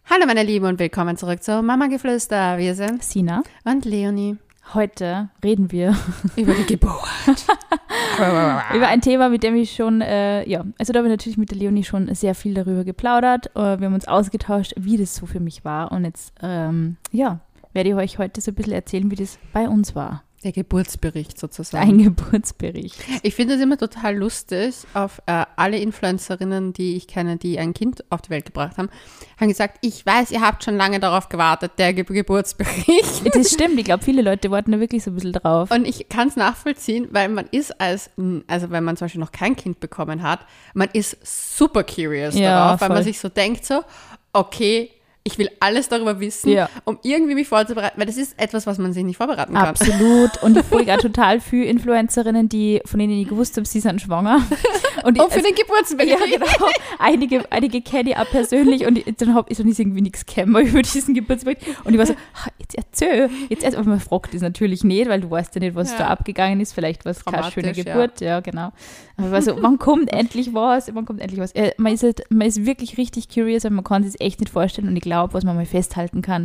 Hallo meine Lieben und willkommen zurück zu Mama Geflüster. Wir sind Sina und Leonie. Heute reden wir über die Geburt. über ein Thema, mit dem ich schon, also da habe ich natürlich mit der Leonie schon sehr viel darüber geplaudert. Wir haben uns ausgetauscht, wie das so für mich war. Und jetzt, werde ich euch heute so ein bisschen erzählen, wie das bei uns war. Der Geburtsbericht sozusagen. Ein Geburtsbericht. Ich finde es immer total lustig, auf alle Influencerinnen, die ich kenne, die ein Kind auf die Welt gebracht haben gesagt, ich weiß, ihr habt schon lange darauf gewartet, der Geburtsbericht. Das stimmt, ich glaube, viele Leute warten da wirklich so ein bisschen drauf. Und ich kann es nachvollziehen, weil man ist wenn man zum Beispiel noch kein Kind bekommen hat, man ist super curious darauf, weil man sich so denkt so, okay, ich will alles darüber wissen, um irgendwie mich vorzubereiten, weil das ist etwas, was man sich nicht vorbereiten kann. Absolut. Und ich folge auch total viele Influencerinnen, von denen ich gewusst habe, sie sind schwanger. Und für den Geburtsbericht. Ja, genau. Einige kenne ich auch persönlich und dann habe ich irgendwie nichts gekannt über diesen Geburtsbericht. Und ich war so, jetzt erzähl. Aber man fragt das natürlich nicht, weil du weißt ja nicht, was da abgegangen ist. Vielleicht war es keine schöne Geburt. Ja, genau. Aber ich war so, wann kommt endlich was? Man ist wirklich richtig curious und man kann sich das echt nicht vorstellen. Und ich glaube, was man mal festhalten kann,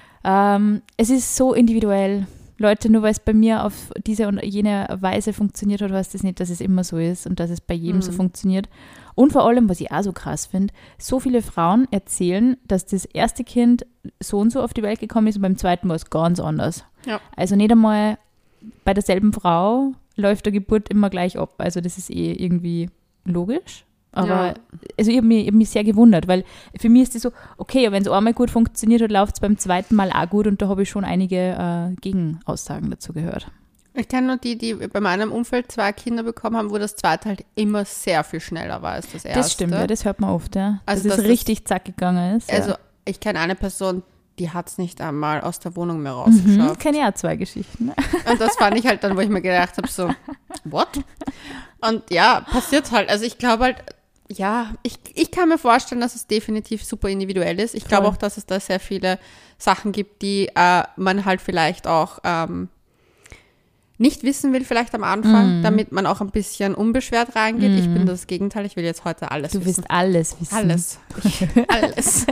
es ist so individuell. Leute, nur weil es bei mir auf diese und jene Weise funktioniert hat, heißt das nicht, dass es immer so ist und dass es bei jedem so funktioniert. Und vor allem, was ich auch so krass finde, so viele Frauen erzählen, dass das erste Kind so und so auf die Welt gekommen ist und beim zweiten war es ganz anders. Ja. Also nicht einmal bei derselben Frau läuft der Geburt immer gleich ab. Also das ist irgendwie logisch. Aber also ich hab mich sehr gewundert, weil für mich ist das so, okay, wenn es einmal gut funktioniert hat, läuft es beim zweiten Mal auch gut und da habe ich schon einige Gegenaussagen dazu gehört. Ich kenne nur die bei meinem Umfeld 2 Kinder bekommen haben, wo das zweite halt immer sehr viel schneller war als das erste. Das stimmt, ja, das hört man oft, ja. Also dass es richtig zack gegangen ist. Also ich kenne eine Person, die hat es nicht einmal aus der Wohnung mehr rausgeschafft. Kenne ich auch 2 Geschichten. Und das fand ich halt dann, wo ich mir gedacht habe, so, what? Und ja, passiert halt. Also ich glaube halt, ja, ich kann mir vorstellen, dass es definitiv super individuell ist. Ich glaube auch, dass es da sehr viele Sachen gibt, die man halt vielleicht auch nicht wissen will, vielleicht am Anfang, damit man auch ein bisschen unbeschwert reingeht. Ich bin das Gegenteil, ich will jetzt heute alles wissen. Du willst alles wissen. Alles.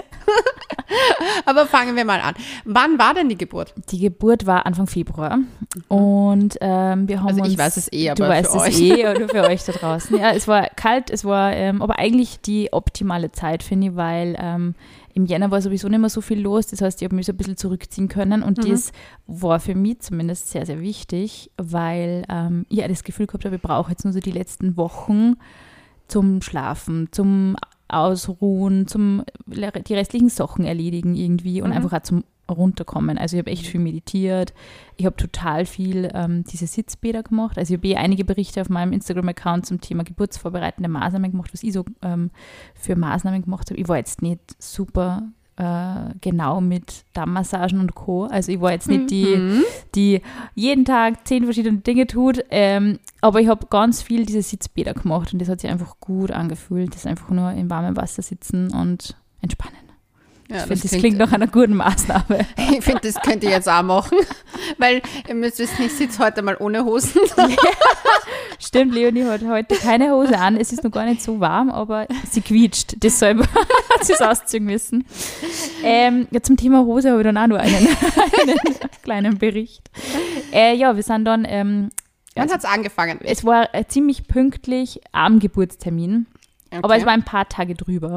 Aber fangen wir mal an. Wann war denn die Geburt? Die Geburt war Anfang Februar und wir haben also ich uns, weiß es aber du weißt für es euch. Oder für euch da draußen. Ja, es war kalt, es war aber eigentlich die optimale Zeit, finde ich, weil im Jänner war sowieso nicht mehr so viel los, das heißt, ich habe mich so ein bisschen zurückziehen können und das war für mich zumindest sehr, sehr wichtig, weil ich ja das Gefühl gehabt habe, ich brauche jetzt nur so die letzten Wochen zum Schlafen, zum Ausruhen, die restlichen Sachen erledigen irgendwie und einfach auch zum Runterkommen. Also ich habe echt viel meditiert, ich habe total viel diese Sitzbäder gemacht. Also ich habe einige Berichte auf meinem Instagram-Account zum Thema geburtsvorbereitende Maßnahmen gemacht, was ich so für Maßnahmen gemacht habe. Ich war jetzt nicht super genau mit Dammmassagen und Co. Also ich war jetzt nicht die jeden Tag 10 verschiedene Dinge tut, aber ich habe ganz viel diese Sitzbäder gemacht und das hat sich einfach gut angefühlt. Das ist einfach nur im warmen Wasser sitzen und entspannen. Ja, ich finde, das klingt nach einer guten Maßnahme. Ich finde, das könnt ihr jetzt auch machen, weil ihr müsst wissen, ich sitze heute mal ohne Hosen. Stimmt, Leonie hat heute keine Hose an. Es ist noch gar nicht so warm, aber sie quietscht. Deshalb hat sie es ausziehen müssen. Zum Thema Hose habe ich dann auch nur einen kleinen Bericht. Wir sind dann... Wann hat es angefangen? Es war ziemlich pünktlich am Geburtstermin, aber es war ein paar Tage drüber.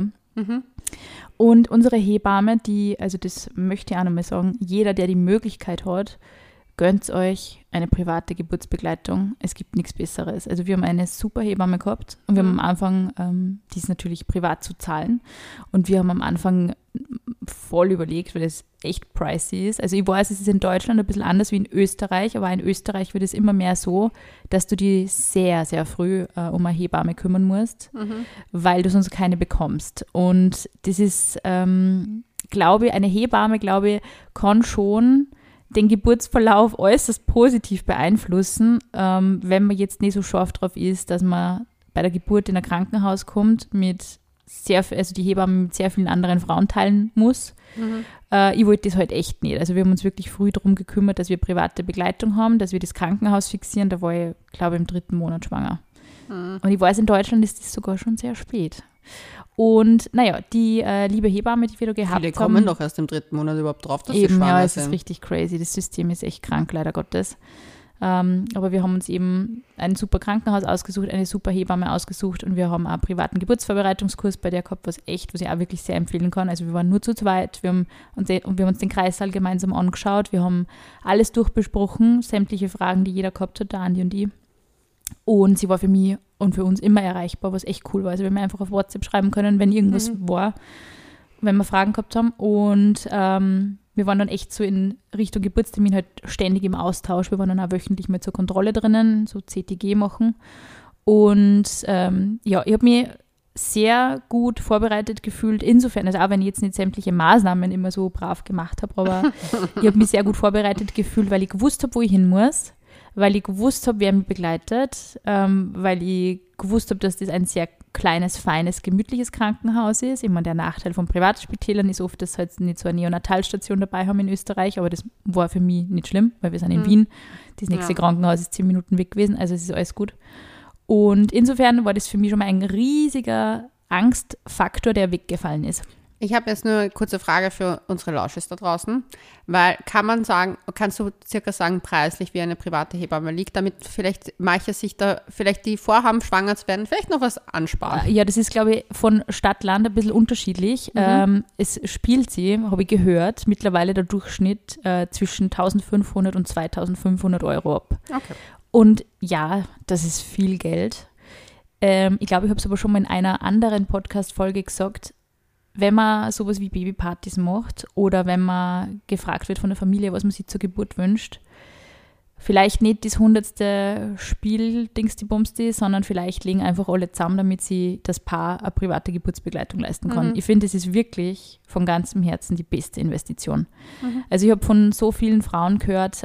Und unsere Hebamme, das möchte ich auch nochmal sagen, jeder, der die Möglichkeit hat, gönnt euch eine private Geburtsbegleitung. Es gibt nichts Besseres. Also wir haben eine super Hebamme gehabt und wir haben am Anfang, die ist natürlich privat zu zahlen und wir haben am Anfang voll überlegt, weil das echt pricey ist. Also ich weiß, es ist in Deutschland ein bisschen anders wie in Österreich, aber in Österreich wird es immer mehr so, dass du dich sehr, sehr früh um eine Hebamme kümmern musst, weil du sonst keine bekommst. Und das ist, glaube ich, eine Hebamme, kann schon den Geburtsverlauf äußerst positiv beeinflussen, wenn man jetzt nicht so scharf drauf ist, dass man bei der Geburt in ein Krankenhaus kommt die Hebamme mit sehr vielen anderen Frauen teilen muss. Ich wollte das halt echt nicht. Also wir haben uns wirklich früh darum gekümmert, dass wir private Begleitung haben, dass wir das Krankenhaus fixieren. Da war ich, glaube ich, im 3. Monat schwanger. Und ich weiß, in Deutschland ist das sogar schon sehr spät. Und naja, die liebe Hebamme, die wir da gehabt haben. Viele kommen doch erst im 3. Monat überhaupt drauf, dass sie eben, schwanger ja, es sind. ist richtig crazy. Das System ist echt krank, leider Gottes. Aber wir haben uns eben ein super Krankenhaus ausgesucht, eine super Hebamme ausgesucht und wir haben auch einen privaten Geburtsvorbereitungskurs bei der gehabt, was ich auch wirklich sehr empfehlen kann. Also wir waren nur zu zweit, wir haben uns den Kreissaal gemeinsam angeschaut, wir haben alles durchbesprochen, sämtliche Fragen, die jeder gehabt hat, der Andi und ich. Und sie war für mich und für uns immer erreichbar, was echt cool war. Also wir haben einfach auf WhatsApp schreiben können, wenn irgendwas war, wenn wir Fragen gehabt haben. Und wir waren dann echt so in Richtung Geburtstermin halt ständig im Austausch. Wir waren dann auch wöchentlich mal zur Kontrolle drinnen, so CTG machen. Und ich habe mich sehr gut vorbereitet gefühlt, insofern, also auch wenn ich jetzt nicht sämtliche Maßnahmen immer so brav gemacht habe, aber ich habe mich sehr gut vorbereitet gefühlt, weil ich gewusst habe, wo ich hin muss, weil ich gewusst habe, wer mich begleitet, weil ich gewusst habe, dass das ein sehr kleines, feines, gemütliches Krankenhaus ist. Ich meine, der Nachteil von Privatspitälern ist oft, dass sie halt nicht so eine Neonatalstation dabei haben in Österreich, aber das war für mich nicht schlimm, weil wir sind in Wien. Das nächste Krankenhaus ist 10 Minuten weg gewesen, also es ist alles gut. Und insofern war das für mich schon mal ein riesiger Angstfaktor, der weggefallen ist. Ich habe jetzt nur eine kurze Frage für unsere Lausches da draußen, weil kannst du circa sagen, preislich, wie eine private Hebamme liegt, damit vielleicht manche sich da, vielleicht die vorhaben, schwanger zu werden, vielleicht noch was ansparen? Ja, das ist, glaube ich, von Stadt, Land ein bisschen unterschiedlich. Es spielt sie, habe ich gehört, mittlerweile der Durchschnitt zwischen 1.500 und 2.500 Euro ab. Okay. Und ja, das ist viel Geld. Ich glaube, ich habe es aber schon mal in einer anderen Podcast-Folge gesagt, wenn man sowas wie Babypartys macht oder wenn man gefragt wird von der Familie, was man sich zur Geburt wünscht, vielleicht nicht das 100. Spiel, Dingsti-Bumsti, sondern vielleicht legen einfach alle zusammen, damit sie das Paar eine private Geburtsbegleitung leisten kann. Ich finde, das ist wirklich von ganzem Herzen die beste Investition. Also ich habe von so vielen Frauen gehört,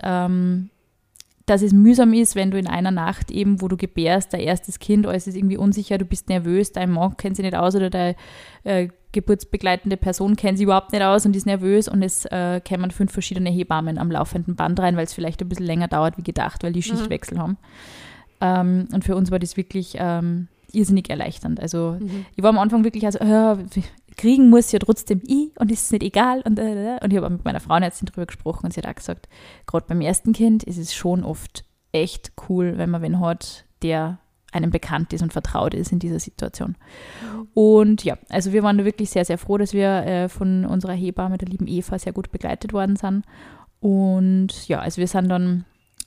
dass es mühsam ist, wenn du in einer Nacht eben, wo du gebärst, dein erstes Kind, alles ist irgendwie unsicher, du bist nervös, dein Mann kennt sich nicht aus oder deine geburtsbegleitende Person kennt sich überhaupt nicht aus und ist nervös und es kämen 5 verschiedene Hebammen am laufenden Band rein, weil es vielleicht ein bisschen länger dauert wie gedacht, weil die Schichtwechsel haben. Und für uns war das wirklich irrsinnig erleichternd. Also ich war am Anfang wirklich kriegen muss ja trotzdem ich und ist es nicht egal. Und ich habe mit meiner Frauenärztin darüber gesprochen und sie hat auch gesagt, gerade beim ersten Kind ist es schon oft echt cool, wenn man wen hat, der einem bekannt ist und vertraut ist in dieser Situation. Und ja, also wir waren da wirklich sehr, sehr froh, dass wir von unserer Hebamme, der lieben Eva, sehr gut begleitet worden sind. Und ja, also wir sind dann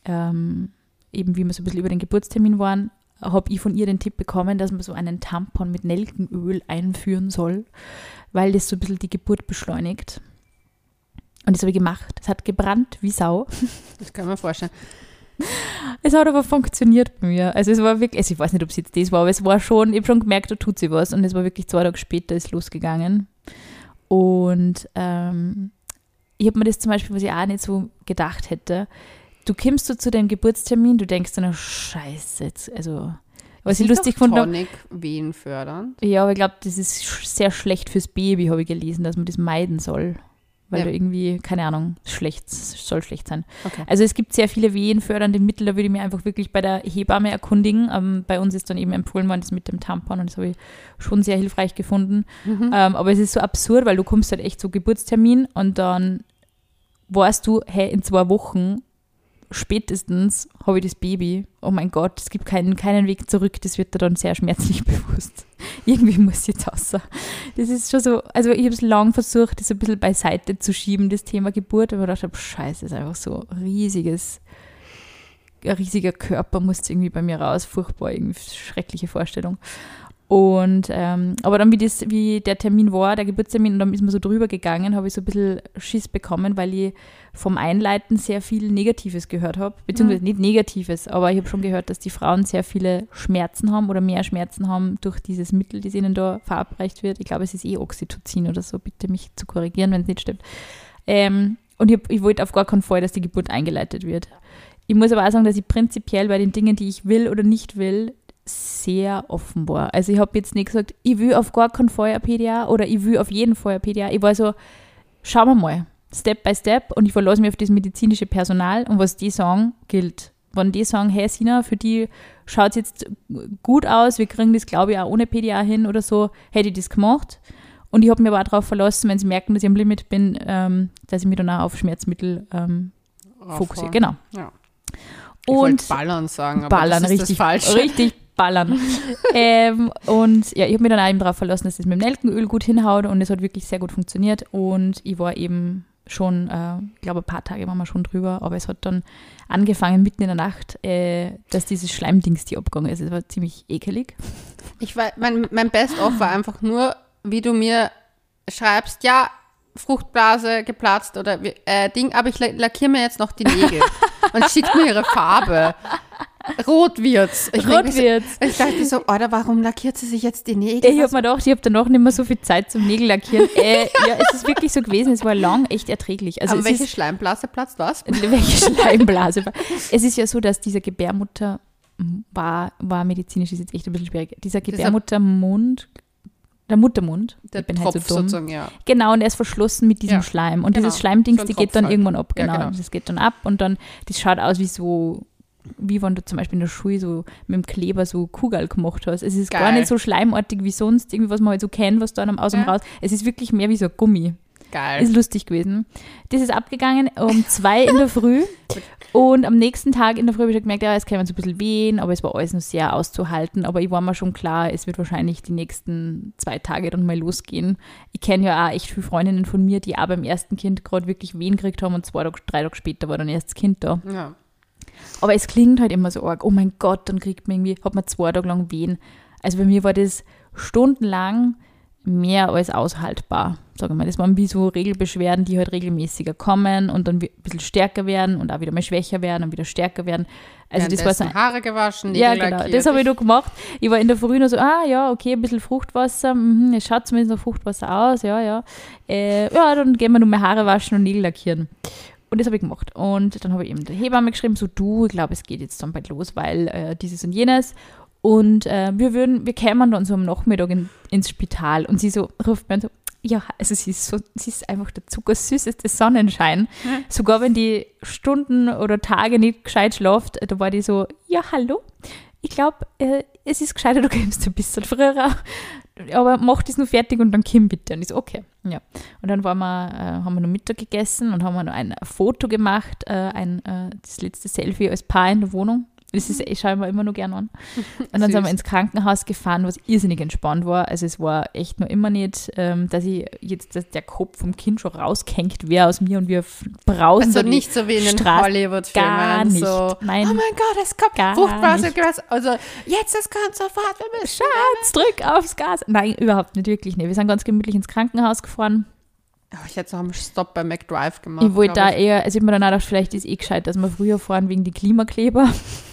eben, wie wir so ein bisschen über den Geburtstermin waren, habe ich von ihr den Tipp bekommen, dass man so einen Tampon mit Nelkenöl einführen soll, weil das so ein bisschen die Geburt beschleunigt. Und das habe ich gemacht. Es hat gebrannt wie Sau. Das kann man vorstellen. Es hat aber funktioniert bei mir. Also es war wirklich, ich weiß nicht, ob es jetzt das war, aber es war schon, ich habe schon gemerkt, da tut sie was. Und es war wirklich 2 Tage später ist losgegangen. Und ich habe mir das zum Beispiel, was ich auch nicht so gedacht hätte, du kommst so zu deinem Geburtstermin, du denkst dann, scheiße, jetzt, also, was ich lustig fand. Tonic Wehen fördern. Ja, aber ich glaube, das ist sehr schlecht fürs Baby, habe ich gelesen, dass man das meiden soll. Weil du irgendwie, keine Ahnung, soll schlecht sein. Okay. Also es gibt sehr viele wehenfördernde Mittel, da würde ich mich einfach wirklich bei der Hebamme erkundigen. Bei uns ist dann eben empfohlen worden, das mit dem Tampon und das habe ich schon sehr hilfreich gefunden. Aber es ist so absurd, weil du kommst halt echt zu Geburtstermin und dann weißt du, hey, in 2 Wochen spätestens habe ich das Baby. Oh mein Gott, es gibt keinen Weg zurück. Das wird dir dann sehr schmerzlich bewusst. Irgendwie muss ich jetzt raus. Das ist schon so, also ich habe es lang versucht, das ein bisschen beiseite zu schieben, das Thema Geburt, aber ich dachte, scheiße, das ist einfach so ein riesiger Körper muss irgendwie bei mir raus. Furchtbar, irgendwie schreckliche Vorstellung. Und aber dann, wie der Termin war, der Geburtstermin, und dann ist man so drüber gegangen, habe ich so ein bisschen Schiss bekommen, weil ich vom Einleiten sehr viel Negatives gehört habe, beziehungsweise nicht Negatives, aber ich habe schon gehört, dass die Frauen sehr viele Schmerzen haben oder mehr Schmerzen haben durch dieses Mittel, das ihnen da verabreicht wird. Ich glaube, es ist Oxytocin oder so, bitte mich zu korrigieren, wenn es nicht stimmt. Und ich wollte auf gar keinen Fall, dass die Geburt eingeleitet wird. Ich muss aber auch sagen, dass ich prinzipiell bei den Dingen, die ich will oder nicht will, sehr offen war. Also ich habe jetzt nicht gesagt, ich will auf gar keinen Fall ein PDA oder ich will auf jeden Fall ein PDA. Ich war so, schauen wir mal, Step by Step, und ich verlasse mich auf das medizinische Personal und was die sagen, gilt. wenn die sagen, hey Sina, für die schaut es jetzt gut aus, wir kriegen das, glaube ich, auch ohne PDA hin oder so, hätte ich das gemacht. Und ich habe mir aber auch darauf verlassen, wenn sie merken, dass ich am Limit bin, dass ich mich dann auch auf Schmerzmittel fokussiere. Genau. Ja. Ich wollte ballern sagen, aber ballern, das ist richtig, das Falsche. Richtig ballern. Und ja, ich habe mich dann auch eben darauf verlassen, dass das mit dem Nelkenöl gut hinhaut und es hat wirklich sehr gut funktioniert. Und ich war eben schon, ich glaube, ein paar Tage waren wir schon drüber, aber es hat dann angefangen mitten in der Nacht, dass dieses Schleimdings die abgegangen ist. Es war ziemlich ekelig. Mein Best-of war einfach nur, wie du mir schreibst, ja, Fruchtblase geplatzt oder Ding, aber ich lackiere mir jetzt noch die Nägel und schickt mir ihre Farbe. Rot wird's. Ich dachte so, oder warum lackiert sie sich jetzt die Nägel? Ich habe mir gedacht, ich habe danach nicht mehr so viel Zeit zum Nägellackieren. Ja, es ist wirklich so gewesen, es war lang echt erträglich. Also aber welche Schleimblase platzt was? Welche Schleimblase? Es ist ja so, dass dieser Gebärmutter war medizinisch, ist jetzt echt ein bisschen schwierig. Dieser Gebärmuttermund, der Muttermund, der ich bin Tropf halt so dumm. sozusagen, ja. Genau, und er ist verschlossen mit diesem Schleim. Und dieses Schleimdings, die geht dann halt. irgendwann ab. Genau, Ja, das geht dann ab und dann, das schaut aus wie wenn du zum Beispiel in der Schule so mit dem Kleber so Kugel gemacht hast. Es ist gar nicht so schleimartig wie sonst, irgendwie was man halt so kennt, was da aus dem raus. Es ist wirklich mehr wie so ein Gummi. Geil. Ist lustig gewesen. Das ist abgegangen um 2 in der Früh und am nächsten Tag in der Früh habe ich schon gemerkt, ja, es käme so ein bisschen wehen, aber es war alles noch sehr auszuhalten, aber ich war mir schon klar, es wird wahrscheinlich die nächsten 2 Tage dann mal losgehen. Ich kenne ja auch echt viele Freundinnen von mir, die auch beim ersten Kind gerade wirklich Wehen gekriegt haben und 3 Tage später war dann erst das Kind da. Ja. Aber es klingt halt immer so arg, oh mein Gott, dann hat man 2 Tage lang Wehen. Also bei mir war das stundenlang mehr als aushaltbar, sage ich mal. Das waren wie so Regelbeschwerden, die halt regelmäßiger kommen und dann ein bisschen stärker werden und auch wieder mal schwächer werden und wieder stärker werden. Also das war so, Haare gewaschen, Nägel ja, genau, lackiert. das habe ich noch gemacht. Ich war in der Früh noch so, ja, okay, ein bisschen Fruchtwasser, es schaut zumindest nach Fruchtwasser aus, ja, dann gehen wir nur mehr Haare waschen und Nägel lackieren. Und das habe ich gemacht. Und dann habe ich eben der Hebamme geschrieben, so ich glaube, es geht jetzt dann bald los, weil dieses und jenes. Und wir kämen dann so am Nachmittag ins Spital und sie so ruft mir so, ja, also sie ist einfach der zuckersüßeste Sonnenschein. Sogar wenn die Stunden oder Tage nicht gescheit schlaft, da war die so, ja, hallo, ich glaube, es ist gescheiter, du kommst ein bisschen früher, aber mach das nur fertig und dann komm bitte. Und ich so, okay. Ja. Und dann haben wir noch Mittag gegessen und haben wir noch ein Foto gemacht, das letzte Selfie als Paar in der Wohnung. Ich schaue mir immer noch gerne an. Und dann sind wir ins Krankenhaus gefahren, was irrsinnig entspannt war. Also es war echt noch immer nicht, dass der Kopf vom Kind schon rausgehängt wäre aus mir und wir brausen. Also nicht so wie in den Hollywood-Filmen. Gar nicht. So, Nein. Oh mein Gott, es kommt Fruchtblase. Also jetzt, es kommt sofort. Wir müssen Schatz, drück aufs Gas. Nein, überhaupt nicht, wirklich nicht. Wir sind ganz gemütlich ins Krankenhaus gefahren. Oh, ich hätte so einen Stopp bei McDrive gemacht. Ich wollte da eher, also ich habe mir dann auch gedacht, vielleicht ist gescheit, dass wir früher fahren wegen die Klimakleber.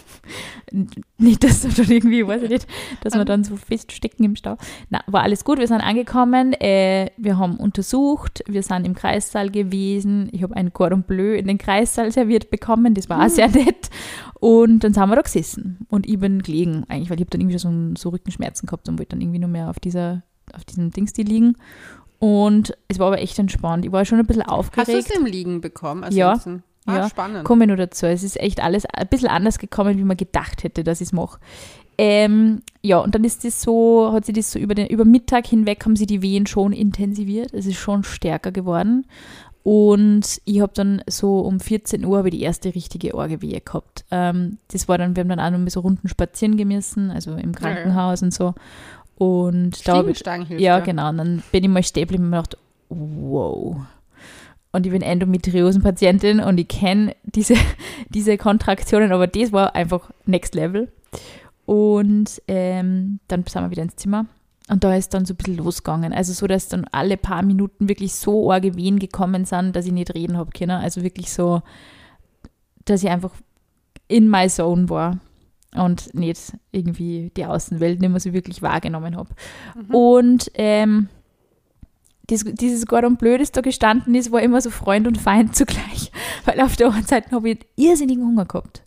Nicht, dass wir dann irgendwie, weiß ich nicht, dass wir dann so feststecken im Stau. Na, war alles gut, wir sind angekommen, wir haben untersucht, wir sind im Kreissaal gewesen, ich habe ein Cordon Bleu in den Kreissaal serviert bekommen, das war auch sehr nett und dann sind wir da gesessen und ich bin gelegen, eigentlich, weil ich habe dann irgendwie schon so Rückenschmerzen gehabt und wollte dann irgendwie nur mehr auf diesem Dings liegen und es war aber echt entspannt, ich war schon ein bisschen aufgeregt. Hast du es im Liegen bekommen? Also ja. Ja, spannend. Komme ich nur dazu. Es ist echt alles ein bisschen anders gekommen, wie man gedacht hätte, dass ich es mache. Ja, und dann ist das so, hat sich das so über Mittag hinweg haben sie die Wehen schon intensiviert. Es ist schon stärker geworden. Und ich habe dann so um 14 Uhr die erste richtige Orgewehe gehabt. Das war dann, wir haben dann auch noch mal so Runden spazieren gemessen, also im Krankenhaus und so. Und da habe ich, ja, genau. Und dann bin ich mal stehen geblieben und mir gedacht, wow. Und ich bin Endometriosen-Patientin und ich kenne diese Kontraktionen, aber das war einfach Next Level. Und dann sind wir wieder ins Zimmer und da ist dann so ein bisschen losgegangen. Also so, dass dann alle paar Minuten wirklich so arge Wehen gekommen sind, dass ich nicht reden habe können. Also wirklich so, dass ich einfach in my zone war und nicht irgendwie die Außenwelt nicht mehr so wirklich wahrgenommen habe. Und dieses Gordon Blöd, das da gestanden ist, war immer so Freund und Feind zugleich. Weil auf der einen Seite habe ich irrsinnigen Hunger gehabt.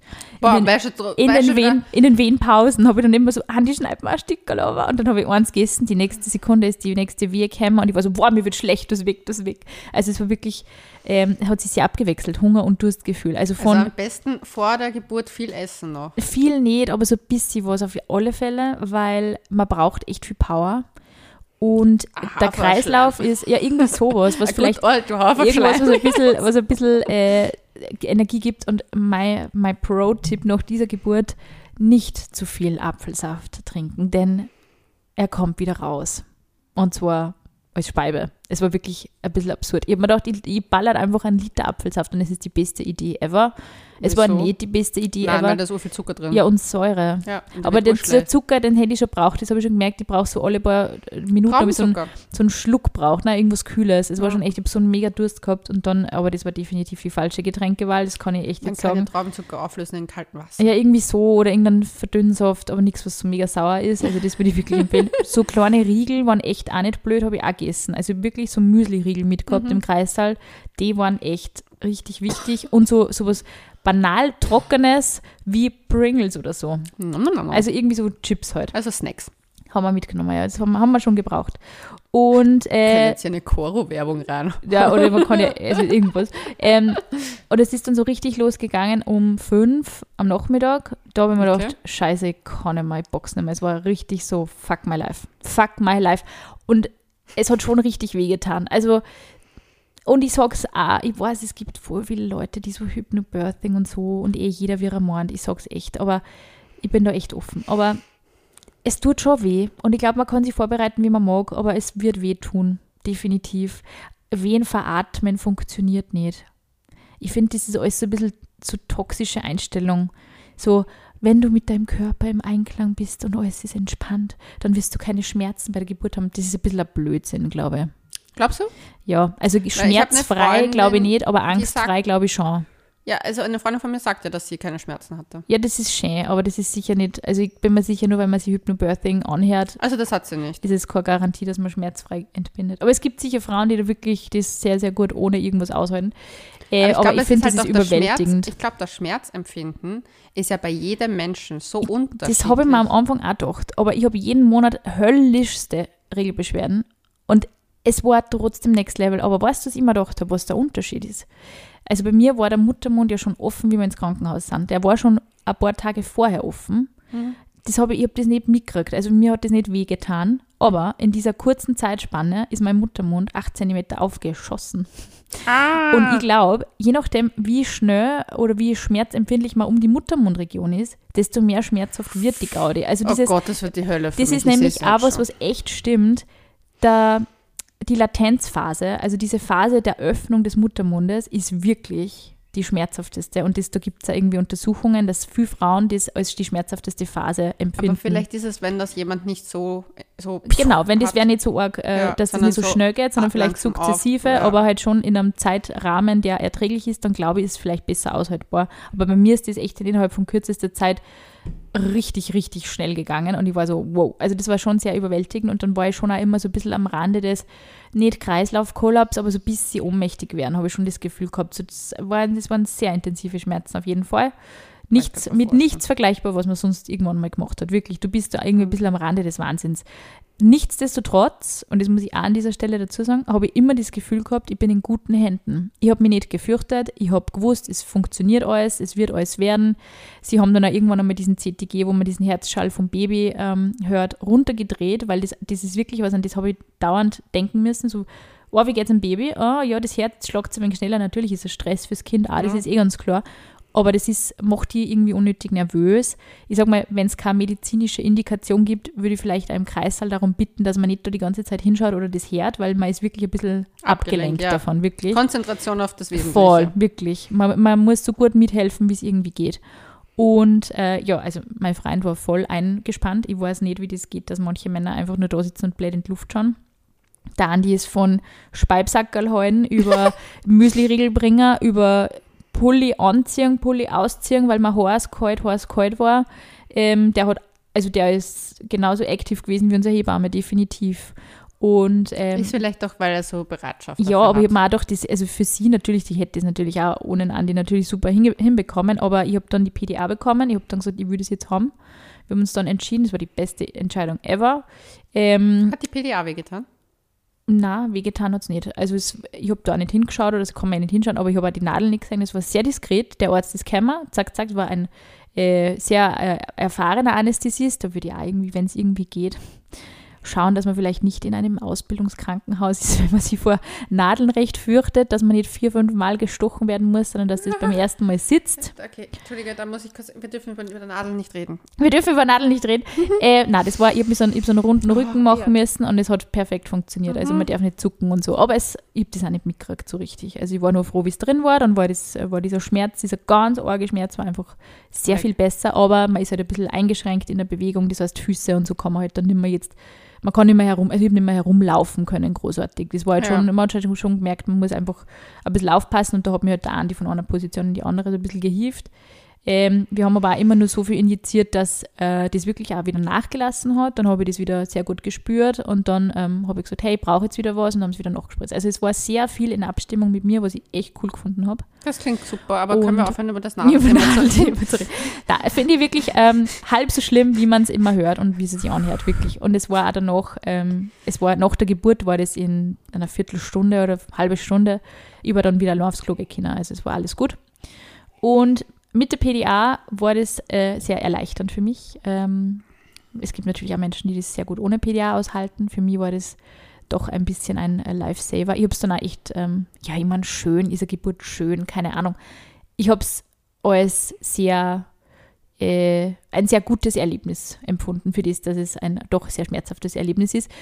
In den Wehenpausen habe ich dann immer so, Andi, schneid mal ein Stückchen runter. Und dann habe ich eins gegessen, die nächste Sekunde ist die nächste Wehe gekommen und ich war so, boah, mir wird schlecht, das weg. Also es war wirklich, hat sich sehr abgewechselt, Hunger und Durstgefühl. Also am besten vor der Geburt viel essen noch. Viel nicht, aber so ein bisschen was auf alle Fälle, weil man braucht echt viel Power. Und der Kreislauf ist ja irgendwie sowas, was vielleicht irgendwas, was ein bisschen Energie gibt. Und mein Pro-Tipp nach dieser Geburt, nicht zu viel Apfelsaft trinken, denn er kommt wieder raus. Und zwar als Speibe. Es war wirklich ein bisschen absurd. Ich habe mir gedacht, ich ballere einfach einen Liter Apfelsaft und es ist die beste Idee ever. Es war nicht die beste Idee ever. Weil da so viel Zucker drin. Ja, und Säure. Ja, und aber den Zucker, den hätte ich schon braucht. Das habe ich schon gemerkt. Ich brauche so alle paar Minuten so einen Schluck braucht, irgendwas Kühles. Es war schon echt, ich habe so einen mega Durst gehabt und dann, aber das war definitiv die falsche Getränkewahl. Das kann ich echt nicht sagen. Man kann den Traubenzucker auflösen in kaltem Wasser. Ja, irgendwie so oder irgendein Verdünnsaft, aber nichts, was so mega sauer ist. Also das würde ich wirklich empfehlen. So kleine Riegel waren echt auch nicht blöd, habe ich auch gegessen. Also wirklich so Müsli-Riegel mitgehabt im Kreissaal. Die waren echt richtig wichtig und sowas banal Trockenes wie Pringles oder so. Also irgendwie so Chips halt. Also Snacks. Haben wir mitgenommen, ja. Das haben wir schon gebraucht. Und kann jetzt ja eine Koro-Werbung rein. Ja, oder man kann ja also irgendwas. Und es ist dann so richtig losgegangen um 5 am Nachmittag. Da habe ich mir gedacht, scheiße, ich kann nicht mehr Box nehmen. Es war richtig so, fuck my life. Fuck my life. Und es hat schon richtig wehgetan. Also und ich sag's auch, ich weiß, es gibt voll viele Leute, die so Hypnobirthing und so und jeder wie er meint, ich sag's echt, aber ich bin da echt offen. Aber es tut schon weh und ich glaube, man kann sich vorbereiten, wie man mag, aber es wird weh tun, definitiv. Wehen veratmen funktioniert nicht. Ich finde, das ist alles so ein bisschen so toxische Einstellung. So, wenn du mit deinem Körper im Einklang bist und alles ist entspannt, dann wirst du keine Schmerzen bei der Geburt haben. Das ist ein bisschen ein Blödsinn, glaube ich. Glaubst du? Ja, also schmerzfrei glaube ich nicht, aber angstfrei glaube ich schon. Ja, also eine Freundin von mir sagte, dass sie keine Schmerzen hatte. Ja, das ist schön, aber das ist sicher nicht, also ich bin mir sicher, nur weil man sich Hypnobirthing anhört. Also das hat sie nicht. Das ist keine Garantie, dass man schmerzfrei entbindet. Aber es gibt sicher Frauen, die da wirklich das sehr, sehr gut ohne irgendwas aushalten. Aber ich finde, das ist überwältigend. Ich glaube, das Schmerzempfinden ist ja bei jedem Menschen so unterschiedlich. Das habe ich mir am Anfang auch gedacht, aber ich habe jeden Monat höllischste Regelbeschwerden und es war trotzdem Next Level, aber weißt du, was ich mir gedacht habe, was der Unterschied ist? Also bei mir war der Muttermund ja schon offen, wie wir ins Krankenhaus sind. Der war schon ein paar Tage vorher offen. Ich habe das nicht mitgekriegt, also mir hat das nicht wehgetan, aber in dieser kurzen Zeitspanne ist mein Muttermund 8 cm aufgeschossen. Und ich glaube, je nachdem, wie schnell oder wie schmerzempfindlich man um die Muttermundregion ist, desto mehr schmerzhaft wird die Gaudi. Also oh Gott, das wird die Hölle für mich. Das ist nämlich auch was echt stimmt. Die Latenzphase, also diese Phase der Öffnung des Muttermundes, ist wirklich die schmerzhafteste. Und da gibt es ja irgendwie Untersuchungen, dass viele Frauen das als die schmerzhafteste Phase empfinden. Aber vielleicht ist es, wenn das jemand nicht so genau, wenn das wäre nicht so arg, dass das nicht so schnell geht, sondern vielleicht sukzessive, aber halt schon in einem Zeitrahmen, der erträglich ist, dann glaube ich, ist es vielleicht besser aushaltbar. Aber bei mir ist das echt innerhalb von kürzester Zeit richtig, richtig schnell gegangen und ich war so, wow, also das war schon sehr überwältigend und dann war ich schon auch immer so ein bisschen am Rande des, nicht Kreislaufkollaps, aber so ein bisschen ohnmächtig werden, habe ich schon das Gefühl gehabt. So, das waren sehr intensive Schmerzen auf jeden Fall. Nichts vergleichbar, was man sonst irgendwann mal gemacht hat. Wirklich, du bist da irgendwie ein bisschen am Rande des Wahnsinns. Nichtsdestotrotz, und das muss ich auch an dieser Stelle dazu sagen, habe ich immer das Gefühl gehabt, ich bin in guten Händen. Ich habe mich nicht gefürchtet, ich habe gewusst, es funktioniert alles, es wird alles werden. Sie haben dann auch irgendwann einmal diesen CTG, wo man diesen Herzschall vom Baby hört, runtergedreht, weil das ist wirklich was, an das habe ich dauernd denken müssen, so, oh, wie geht's dem Baby? Oh, ja, das Herz schlägt ein wenig schneller, natürlich ist es Stress fürs Kind, das ist ganz klar. Aber das macht die irgendwie unnötig nervös. Ich sage mal, wenn es keine medizinische Indikation gibt, würde ich vielleicht einem Kreissaal darum bitten, dass man nicht da die ganze Zeit hinschaut oder das hört, weil man ist wirklich ein bisschen abgelenkt davon, wirklich. Konzentration auf das Wesentliche. Voll, wirklich. Man muss so gut mithelfen, wie es irgendwie geht. Und also mein Freund war voll eingespannt. Ich weiß nicht, wie das geht, dass manche Männer einfach nur da sitzen und blöd in die Luft schauen. Der Andi ist von Speibsackerl halten über Müsli-Riegelbringer, über Pulli anziehen, Pulli ausziehen, weil mein Haar kalt war. Der ist genauso aktiv gewesen wie unsere Hebamme, definitiv. Und, ist vielleicht auch, weil er so Bereitschaft ja, aber ich habe mir auch gedacht, also für sie natürlich, ich hätte das natürlich auch ohne Andi natürlich super hinbekommen, aber ich habe dann die PDA bekommen, ich habe dann gesagt, ich will das jetzt haben. Wir haben uns dann entschieden, das war die beste Entscheidung ever. Hat die PDA wehgetan? Nein, wehgetan hat es nicht. Also ich habe da auch nicht hingeschaut oder das kann man nicht hinschauen, aber ich habe auch die Nadel nicht gesehen, das war sehr diskret. Der Arzt ist gekommen, zack, zack, das war ein sehr erfahrener Anästhesist, da würde ich auch irgendwie, wenn es irgendwie geht, schauen, dass man vielleicht nicht in einem Ausbildungskrankenhaus ist, wenn man sich vor Nadeln recht fürchtet, dass man nicht 4-5 Mal gestochen werden muss, sondern dass das beim ersten Mal sitzt. Okay, Entschuldige, da muss ich kurz, wir dürfen über Nadeln nicht reden. Wir dürfen über Nadeln nicht reden. Nein, das war, ich habe so einen runden Rücken machen müssen und es hat perfekt funktioniert. Also man darf nicht zucken und so. Aber ich habe das auch nicht mitgekriegt so richtig. Also ich war nur froh, wie es drin war. Dann war dieser Schmerz, dieser ganz arge Schmerz war einfach sehr viel besser. Aber man ist halt ein bisschen eingeschränkt in der Bewegung. Das heißt, Füße und so kann man halt dann nicht mehr jetzt. Man kann nicht mehr ich habe nicht mehr herumlaufen können, großartig. Das war halt schon, man hat halt schon gemerkt, man muss einfach ein bisschen aufpassen und da hat mir halt der Andi von einer Position in die andere so ein bisschen gehievt. Wir haben aber auch immer nur so viel injiziert, dass das wirklich auch wieder nachgelassen hat. Dann habe ich das wieder sehr gut gespürt und dann habe ich gesagt, hey, ich brauche jetzt wieder was und haben es wieder nachgespritzt. Also es war sehr viel in Abstimmung mit mir, was ich echt cool gefunden habe. Das klingt super, aber können wir aufhören über das Nadelthema zu reden? Da finde ich wirklich halb so schlimm, wie man es immer hört und wie es sich anhört, wirklich. Und es war auch danach, nach der Geburt war das in einer Viertelstunde oder halbe Stunde, ich war dann wieder allein aufs Klo gekommen. Also es war alles gut. Und mit der PDA war das sehr erleichternd für mich. Es gibt natürlich auch Menschen, die das sehr gut ohne PDA aushalten. Für mich war das doch ein bisschen ein Lifesaver. Ich habe es dann auch echt, ich meine, schön, ist eine Geburt schön, keine Ahnung. Ich habe es als ein sehr gutes Erlebnis empfunden, für das, dass es ein doch sehr schmerzhaftes Erlebnis ist.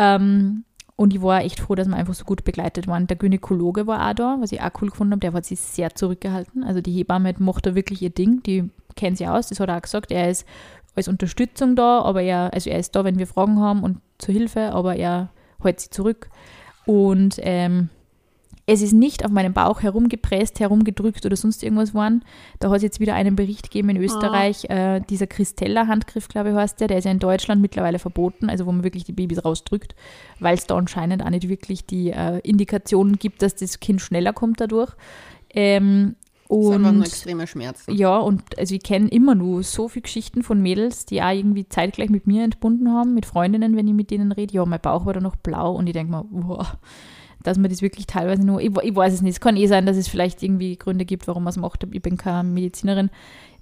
Und ich war echt froh, dass wir einfach so gut begleitet waren. Der Gynäkologe war auch da, was ich auch cool gefunden habe. Der hat sich sehr zurückgehalten. Also die Hebamme macht da wirklich ihr Ding. Die kennt sie aus. Das hat er auch gesagt. Er ist als Unterstützung da, aber er ist da, wenn wir Fragen haben und zur Hilfe, aber er hält sie zurück. Und es ist nicht auf meinem Bauch herumgepresst, herumgedrückt oder sonst irgendwas worden. Da hat es jetzt wieder einen Bericht gegeben in Österreich, dieser Christella-Handgriff, glaube ich, heißt der ist ja in Deutschland mittlerweile verboten, also wo man wirklich die Babys rausdrückt, weil es da anscheinend auch nicht wirklich die Indikationen gibt, dass das Kind schneller kommt dadurch. Das ist einfach ein extremer Schmerz. Ja, und also ich kenne immer nur so viele Geschichten von Mädels, die auch irgendwie zeitgleich mit mir entbunden haben, mit Freundinnen, wenn ich mit denen rede. Ja, mein Bauch war da noch blau und ich denke mir, wow, dass man das wirklich teilweise nur, ich weiß es nicht, es kann sein, dass es vielleicht irgendwie Gründe gibt, warum man es macht, ich bin keine Medizinerin,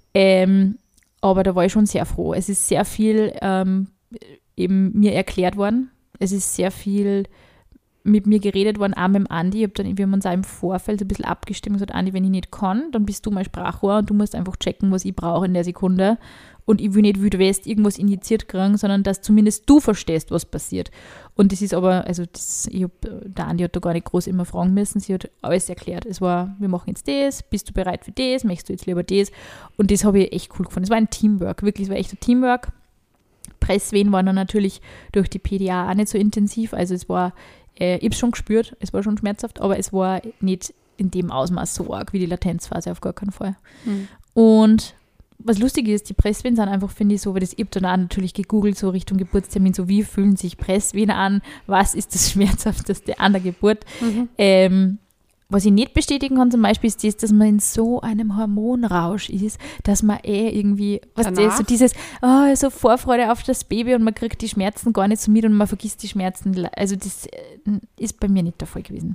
aber da war ich schon sehr froh. Es ist sehr viel eben mir erklärt worden, es ist sehr viel mit mir geredet worden, auch mit dem Andi. Wir haben uns auch im Vorfeld ein bisschen abgestimmt und gesagt, Andi, wenn ich nicht kann, dann bist du mein Sprachrohr und du musst einfach checken, was ich brauche in der Sekunde. Und ich will nicht, wie du weißt, irgendwas injiziert kriegen, sondern dass zumindest du verstehst, was passiert. Und das ist aber, also der Andi hat da gar nicht groß immer fragen müssen, sie hat alles erklärt. Es war, wir machen jetzt das, bist du bereit für das, möchtest du jetzt lieber das? Und das habe ich echt cool gefunden. Es war ein Teamwork, wirklich, es war echt ein Teamwork. Presswehen waren dann natürlich durch die PDA auch nicht so intensiv, also es war, ich habe es schon gespürt, es war schon schmerzhaft, aber es war nicht in dem Ausmaß so arg wie die Latenzphase, auf gar keinen Fall. Mhm. Und was lustig ist, die Presswehen sind einfach, finde ich, so, weil ich habe dann auch natürlich gegoogelt, so Richtung Geburtstermin, so wie fühlen sich Presswehen an, was ist das Schmerzhafteste an der Geburt. Mhm. Was ich nicht bestätigen kann zum Beispiel, ist das, dass man in so einem Hormonrausch ist, dass man irgendwie, so dieses, so Vorfreude auf das Baby und man kriegt die Schmerzen gar nicht so mit und man vergisst die Schmerzen. Also das ist bei mir nicht der Fall gewesen.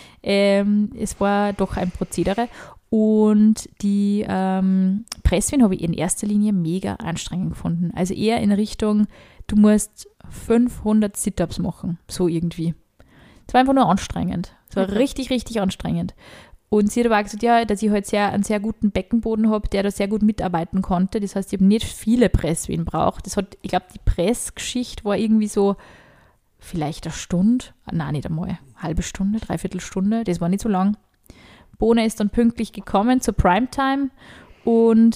Es war doch ein Prozedere und die Presswehen habe ich in erster Linie mega anstrengend gefunden. Also eher in Richtung, du musst 500 Sit-Ups machen, so irgendwie. Es war einfach nur anstrengend. Es war richtig, richtig anstrengend. Und sie hat aber auch gesagt, ja, dass ich halt einen sehr guten Beckenboden habe, der da sehr gut mitarbeiten konnte. Das heißt, ich habe nicht viele Presswehen braucht. Ich glaube, die Pressgeschichte war irgendwie so vielleicht eine Stunde. Nein, nicht einmal. Halbe Stunde, dreiviertel Stunde. Das war nicht so lang. Bohne ist dann pünktlich gekommen zur Primetime und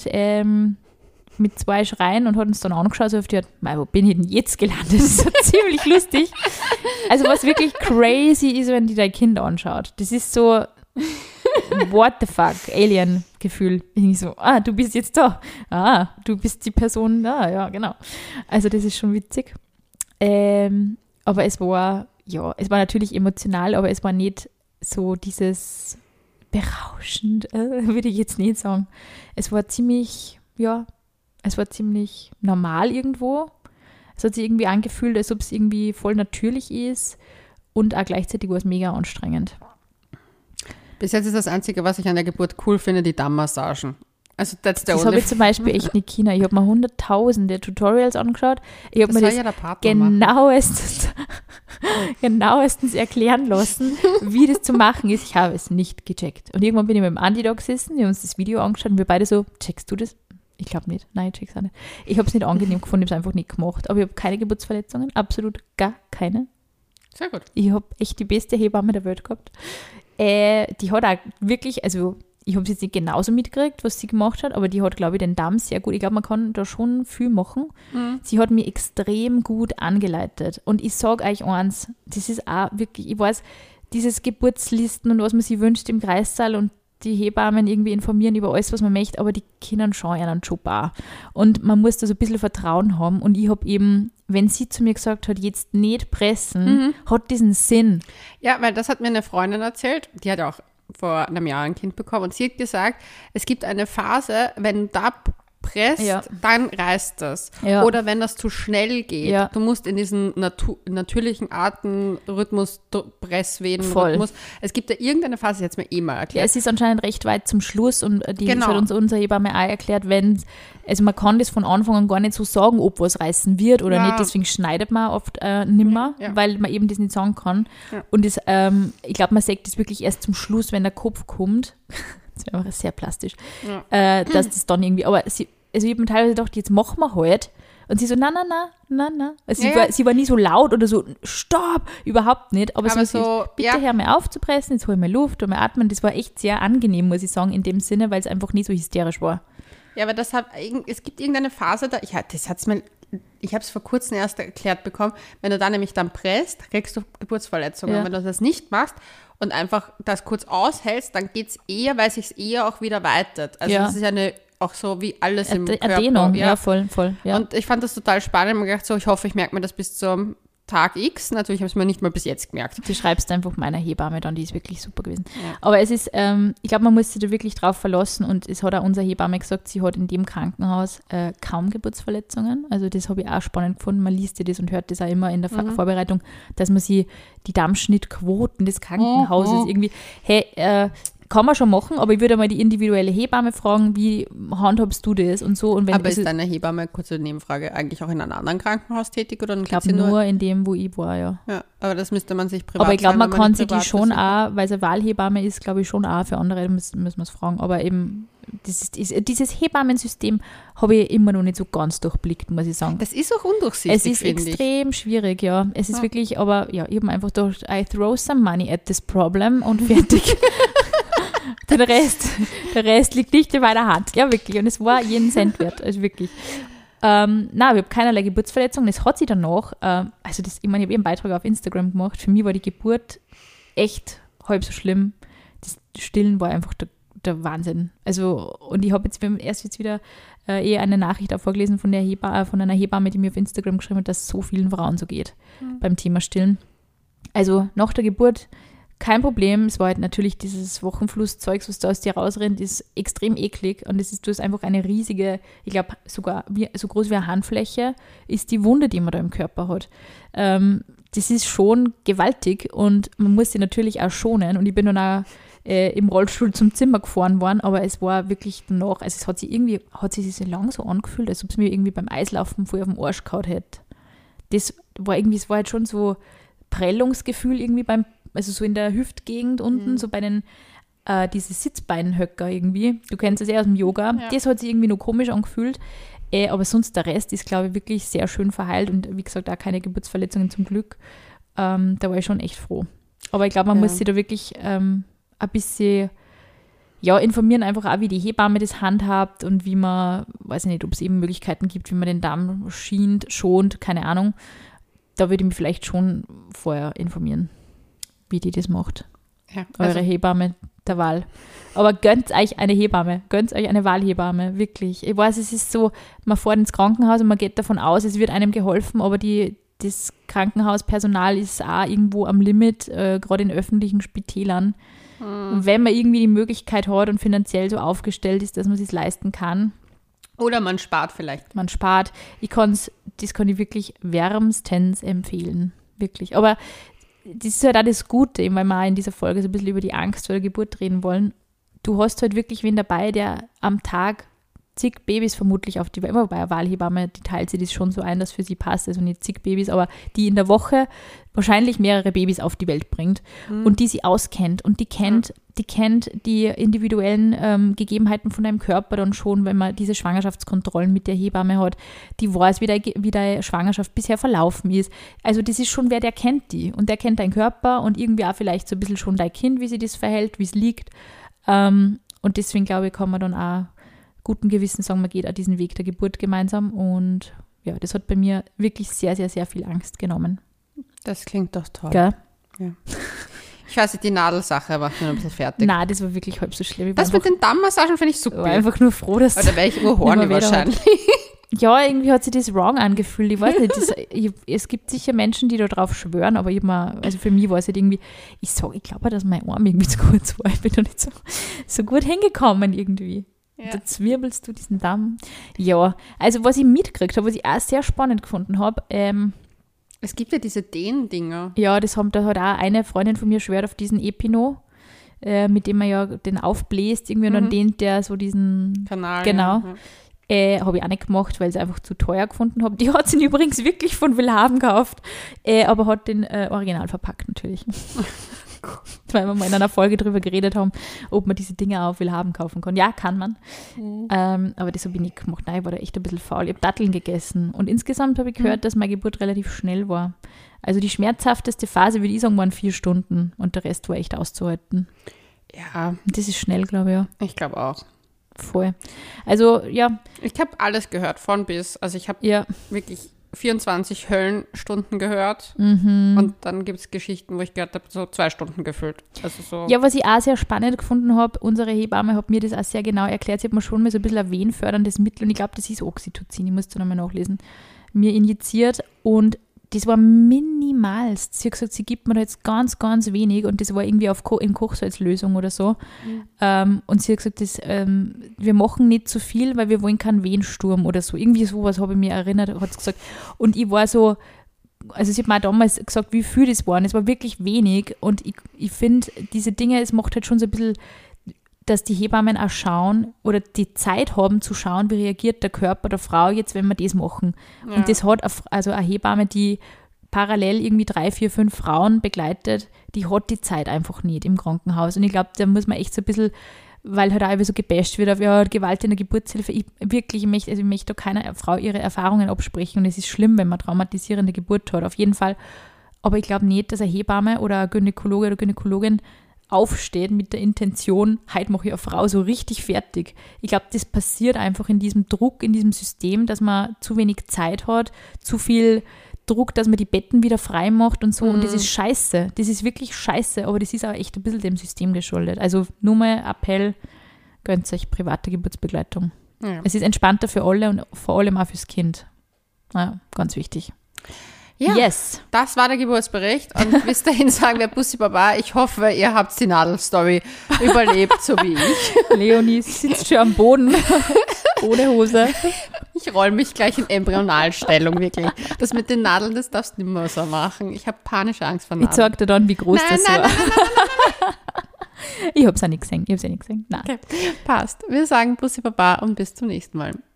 mit 2 Schreien und hat uns dann angeschaut, so auf die Art, wo bin ich denn jetzt gelandet? Das ist so ziemlich lustig. Also was wirklich crazy ist, wenn die dein Kind anschaut. Das ist so, what the fuck, Alien-Gefühl. Ich so, du bist jetzt da. Du bist die Person da, ja, genau. Also das ist schon witzig. Aber es war ja, es war natürlich emotional, aber es war nicht so dieses berauschend, würde ich jetzt nicht sagen. Es war ziemlich normal irgendwo. Es hat sich irgendwie angefühlt, als ob es irgendwie voll natürlich ist und auch gleichzeitig war es mega anstrengend. Bis jetzt ist das Einzige, was ich an der Geburt cool finde, die Dammmassagen. Also das habe ich zum Beispiel echt nicht China. Ich habe mir hunderttausende Tutorials angeschaut. Ich habe mir das genauestens erklären lassen, wie das zu machen ist. Ich habe es nicht gecheckt. Und irgendwann bin ich mit dem Andi da gesessen, wir haben uns das Video angeschaut und wir beide so, checkst du das? Ich glaube nicht. Nein, ich check's auch nicht. Ich habe es nicht angenehm gefunden, ich habe es einfach nicht gemacht. Aber ich habe keine Geburtsverletzungen, absolut gar keine. Sehr gut. Ich habe echt die beste Hebamme der Welt gehabt. Die hat auch wirklich, also ich habe es jetzt nicht genauso mitgekriegt, was sie gemacht hat, aber die hat, glaube ich, den Damm sehr gut. Ich glaube, man kann da schon viel machen. Mhm. Sie hat mich extrem gut angeleitet. Und ich sage euch eins, das ist auch wirklich, ich weiß, dieses Geburtslisten und was man sich wünscht im Kreissaal und die Hebammen irgendwie informieren über alles, was man möchte, aber die können schon einen Job auch. Und man muss da so ein bisschen Vertrauen haben. Und ich habe eben, wenn sie zu mir gesagt hat, jetzt nicht pressen, hat diesen Sinn. Ja, weil das hat mir eine Freundin erzählt, die hat auch vor einem Jahr ein Kind bekommen und sie hat gesagt, es gibt eine Phase, wenn du da presst, dann reißt das. Ja. Oder wenn das zu schnell geht. Ja. Du musst in diesen natürlichen Atemrhythmus, Presswedenrhythmus. Es gibt da irgendeine Phase, jetzt mir mal erklärt. Ja, es ist anscheinend recht weit zum Schluss und die hat uns unsere Hebamme auch erklärt, also man kann das von Anfang an gar nicht so sagen, ob was reißen wird oder nicht, deswegen schneidet man oft nimmer, weil man eben das nicht sagen kann. Ja. Und das, ich glaube, man sagt das wirklich erst zum Schluss, wenn der Kopf kommt. Das wäre einfach sehr plastisch, dass das dann irgendwie, aber ich habe mir teilweise gedacht, jetzt machen wir halt. Und sie so, na. Also sie war nie so laut oder so, stopp, überhaupt nicht. Aber so bitte hör mir aufzupressen, jetzt hol mir Luft und mir atmen. Das war echt sehr angenehm, muss ich sagen, in dem Sinne, weil es einfach nie so hysterisch war. Ja, aber es gibt irgendeine Phase da, ich habe es vor kurzem erst erklärt bekommen, wenn du da nämlich dann presst, kriegst du Geburtsverletzungen. Ja. Wenn du das nicht machst und einfach das kurz aushältst, dann geht es eher, weil sich es eher auch wieder weitet. Also das ist ja auch so wie alles im Körper. Erdehnung, ja, voll. Ja. Und ich fand das total spannend. Ich habe mir gedacht, so, ich hoffe, ich merke mir das bis zum Tag X. Natürlich habe ich es mir nicht mal bis jetzt gemerkt. Du schreibst einfach meiner Hebamme dann, die ist wirklich super gewesen. Ja. Aber es ist, ich glaube, man muss sich da wirklich drauf verlassen und es hat auch unsere Hebamme gesagt, sie hat in dem Krankenhaus kaum Geburtsverletzungen. Also das habe ich auch spannend gefunden. Man liest ja das und hört das auch immer in der Vorbereitung, dass man sich die Dammschnittquoten des Krankenhauses irgendwie, kann man schon machen, aber ich würde mal die individuelle Hebamme fragen, wie handhabst du das und so. Und wenn, aber ist deine Hebamme, kurze Nebenfrage, eigentlich auch in einem anderen Krankenhaus tätig? Oder ich glaube nur in dem, wo ich war, ja. Ja, aber das müsste man sich privat Aber ich glaube, man kann sich die schon auch, weil sie Wahlhebamme ist, glaube ich, schon auch für andere, müssen wir es fragen. Aber eben, dieses Hebammensystem habe ich immer noch nicht so ganz durchblickt, muss ich sagen. Das ist auch undurchsichtig, es ist extrem schwierig, ja. Es ist wirklich, aber ja, ich habe einfach gedacht, I throw some money at this problem und fertig. Der Rest liegt nicht in meiner Hand. Ja, wirklich. Und es war jeden Cent wert. Also wirklich. Nein, ich habe keinerlei Geburtsverletzungen. Es hat sich danach, ich meine, ich habe einen Beitrag auf Instagram gemacht. Für mich war die Geburt echt halb so schlimm. Das Stillen war einfach der Wahnsinn. Also, und ich habe jetzt wieder eine Nachricht auch vorgelesen von einer Hebamme, die mir auf Instagram geschrieben hat, dass es so vielen Frauen so geht beim Thema Stillen. Also nach der Geburt kein Problem, es war halt natürlich dieses Wochenflusszeugs, was da aus dir rausrennt, ist extrem eklig und du hast einfach eine riesige, ich glaube sogar so groß wie eine Handfläche, ist die Wunde, die man da im Körper hat. Das ist schon gewaltig und man muss sie natürlich auch schonen und ich bin dann auch im Rollstuhl zum Zimmer gefahren worden, aber es war wirklich danach, also es hat sich so lang so angefühlt, als ob es mir irgendwie beim Eislaufen voll auf den Arsch gehauen hätte. Es war halt schon so Prellungsgefühl irgendwie also so in der Hüftgegend unten, so bei den, diese Sitzbeinhöcker irgendwie. Du kennst das aus dem Yoga. Ja. Das hat sich irgendwie noch komisch angefühlt. Aber sonst der Rest ist, glaube ich, wirklich sehr schön verheilt und wie gesagt, auch keine Geburtsverletzungen zum Glück. Da war ich schon echt froh. Aber ich glaube, man muss sich da wirklich ein bisschen informieren, einfach auch, wie die Hebamme das handhabt und wie man, weiß ich nicht, ob es eben Möglichkeiten gibt, wie man den Darm schont, keine Ahnung. Da würde ich mich vielleicht schon vorher informieren, wie die das macht. Ja, also eure Hebamme der Wahl. Aber gönnt euch eine Hebamme, gönnt euch eine Wahlhebamme, wirklich. Ich weiß, es ist so, man fährt ins Krankenhaus und man geht davon aus, es wird einem geholfen, aber die das Krankenhauspersonal ist auch irgendwo am Limit, gerade in öffentlichen Spitälern. Und wenn man irgendwie die Möglichkeit hat und finanziell so aufgestellt ist, dass man es sich leisten kann. Oder man spart vielleicht. Man spart. Das kann ich wirklich wärmstens empfehlen. Wirklich. Aber das ist halt auch das Gute, weil wir auch in dieser Folge so ein bisschen über die Angst vor der Geburt reden wollen. Du hast halt wirklich wen dabei, der am Tag zig Babys vermutlich auf die Welt, wobei eine Wahlhebamme, die teilt sich das schon so ein, dass für sie passt, also nicht zig Babys, aber die in der Woche wahrscheinlich mehrere Babys auf die Welt bringt und die sie auskennt und die kennt die individuellen Gegebenheiten von deinem Körper dann schon, wenn man diese Schwangerschaftskontrollen mit der Hebamme hat, die weiß, wie deine Schwangerschaft bisher verlaufen ist. Also das ist schon wer, der kennt die und der kennt deinen Körper und irgendwie auch vielleicht so ein bisschen schon dein Kind, wie sie das verhält, wie es liegt. Und deswegen glaube ich, kann man dann auch guten Gewissen sagen, man geht auch diesen Weg der Geburt gemeinsam und ja, das hat bei mir wirklich sehr, sehr, sehr viel Angst genommen. Das klingt doch toll. Gell? Ja. Ich weiß nicht, die Nadelsache war nur ein bisschen fertig. Nein, das war wirklich halb so schlimm. Das mit den Dammmassagen finde ich super. Ich war einfach nur froh, dass... Aber da wäre ich urhorny wahrscheinlich. Ja, irgendwie hat sich das wrong angefühlt. Ich weiß nicht, es gibt sicher Menschen, die da drauf schwören, aber also für mich war es halt irgendwie, ich glaube, dass mein Arm irgendwie zu kurz war. Ich bin da nicht so gut hingekommen irgendwie. Ja. Da zwirbelst du diesen Damm. Ja, also was ich mitgekriegt habe, was ich auch sehr spannend gefunden habe. Es gibt ja diese Dehn-Dinger. Ja, da hat auch eine Freundin von mir schwört auf diesen Epino, mit dem man ja den aufbläst irgendwie und dann dehnt der so diesen Kanal. Genau. Ja. Habe ich auch nicht gemacht, weil ich es einfach zu teuer gefunden habe. Die hat sie übrigens wirklich von Willhaben gekauft, aber hat den Original verpackt natürlich. Weil wir mal in einer Folge drüber geredet haben, ob man diese Dinge auf Willhaben kaufen kann. Ja, kann man. Aber das habe ich nicht gemacht. Nein, ich war da echt ein bisschen faul. Ich habe Datteln gegessen. Und insgesamt habe ich gehört, dass meine Geburt relativ schnell war. Also die schmerzhafteste Phase, würde ich sagen, waren 4 Stunden. Und der Rest war echt auszuhalten. Ja. Das ist schnell, glaube ich, ja. Ich glaube auch. Voll. Also, ja. Ich habe alles gehört, von bis. Also ich habe wirklich 24 Höllenstunden gehört und dann gibt es Geschichten, wo ich gehört habe, so 2 Stunden gefüllt. Also so. Ja, was ich auch sehr spannend gefunden habe, unsere Hebamme hat mir das auch sehr genau erklärt. Sie hat mir schon mal so ein bisschen ein wehenförderndes Mittel und ich glaube, das ist Oxytocin, ich muss da nochmal nachlesen, mir injiziert und das war minimalst. Sie hat gesagt, sie gibt mir da jetzt ganz, ganz wenig und das war irgendwie in Kochsalzlösung oder so. Und sie hat gesagt, wir machen nicht zu viel, weil wir wollen keinen Wehensturm oder so. Irgendwie sowas habe ich mir erinnert, hat sie gesagt. Und ich war so, also sie hat mir auch damals gesagt, wie viel das waren. Es war wirklich wenig und ich finde, diese Dinge, es macht halt schon so ein bisschen, dass die Hebammen auch schauen oder die Zeit haben zu schauen, wie reagiert der Körper der Frau jetzt, wenn wir das machen. Ja. Und das hat also eine Hebamme, die parallel irgendwie 3, 4, 5 Frauen begleitet, die hat die Zeit einfach nicht im Krankenhaus. Und ich glaube, da muss man echt so ein bisschen, weil halt auch so gebasht wird auf Gewalt in der Geburtshilfe. Ich möchte da keiner Frau ihre Erfahrungen absprechen und es ist schlimm, wenn man traumatisierende Geburt hat, auf jeden Fall. Aber ich glaube nicht, dass eine Hebamme oder ein Gynäkologe oder Gynäkologin aufsteht mit der Intention, heute mache ich eine Frau so richtig fertig. Ich glaube, das passiert einfach in diesem Druck, in diesem System, dass man zu wenig Zeit hat, zu viel Druck, dass man die Betten wieder frei macht und so. Und das ist scheiße. Das ist wirklich scheiße, aber das ist auch echt ein bisschen dem System geschuldet. Also nur mal Appell, gönnt euch private Geburtsbegleitung. Ja. Es ist entspannter für alle und vor allem auch fürs Kind. Ja, ganz wichtig. Ja, yes. Das war der Geburtsbericht und bis dahin sagen wir Bussi Baba, ich hoffe, ihr habt die Nadelstory überlebt, so wie ich. Leonie sitzt schon am Boden, ohne Hose. Ich roll mich gleich in Embryonalstellung, wirklich. Das mit den Nadeln, das darfst du nicht mehr so machen. Ich habe panische Angst vor Nadeln. Ich zeig dir dann, wie groß das war. Nein. Ich hab's ja nicht gesehen. Nein. Okay, passt. Wir sagen Bussi Baba und bis zum nächsten Mal.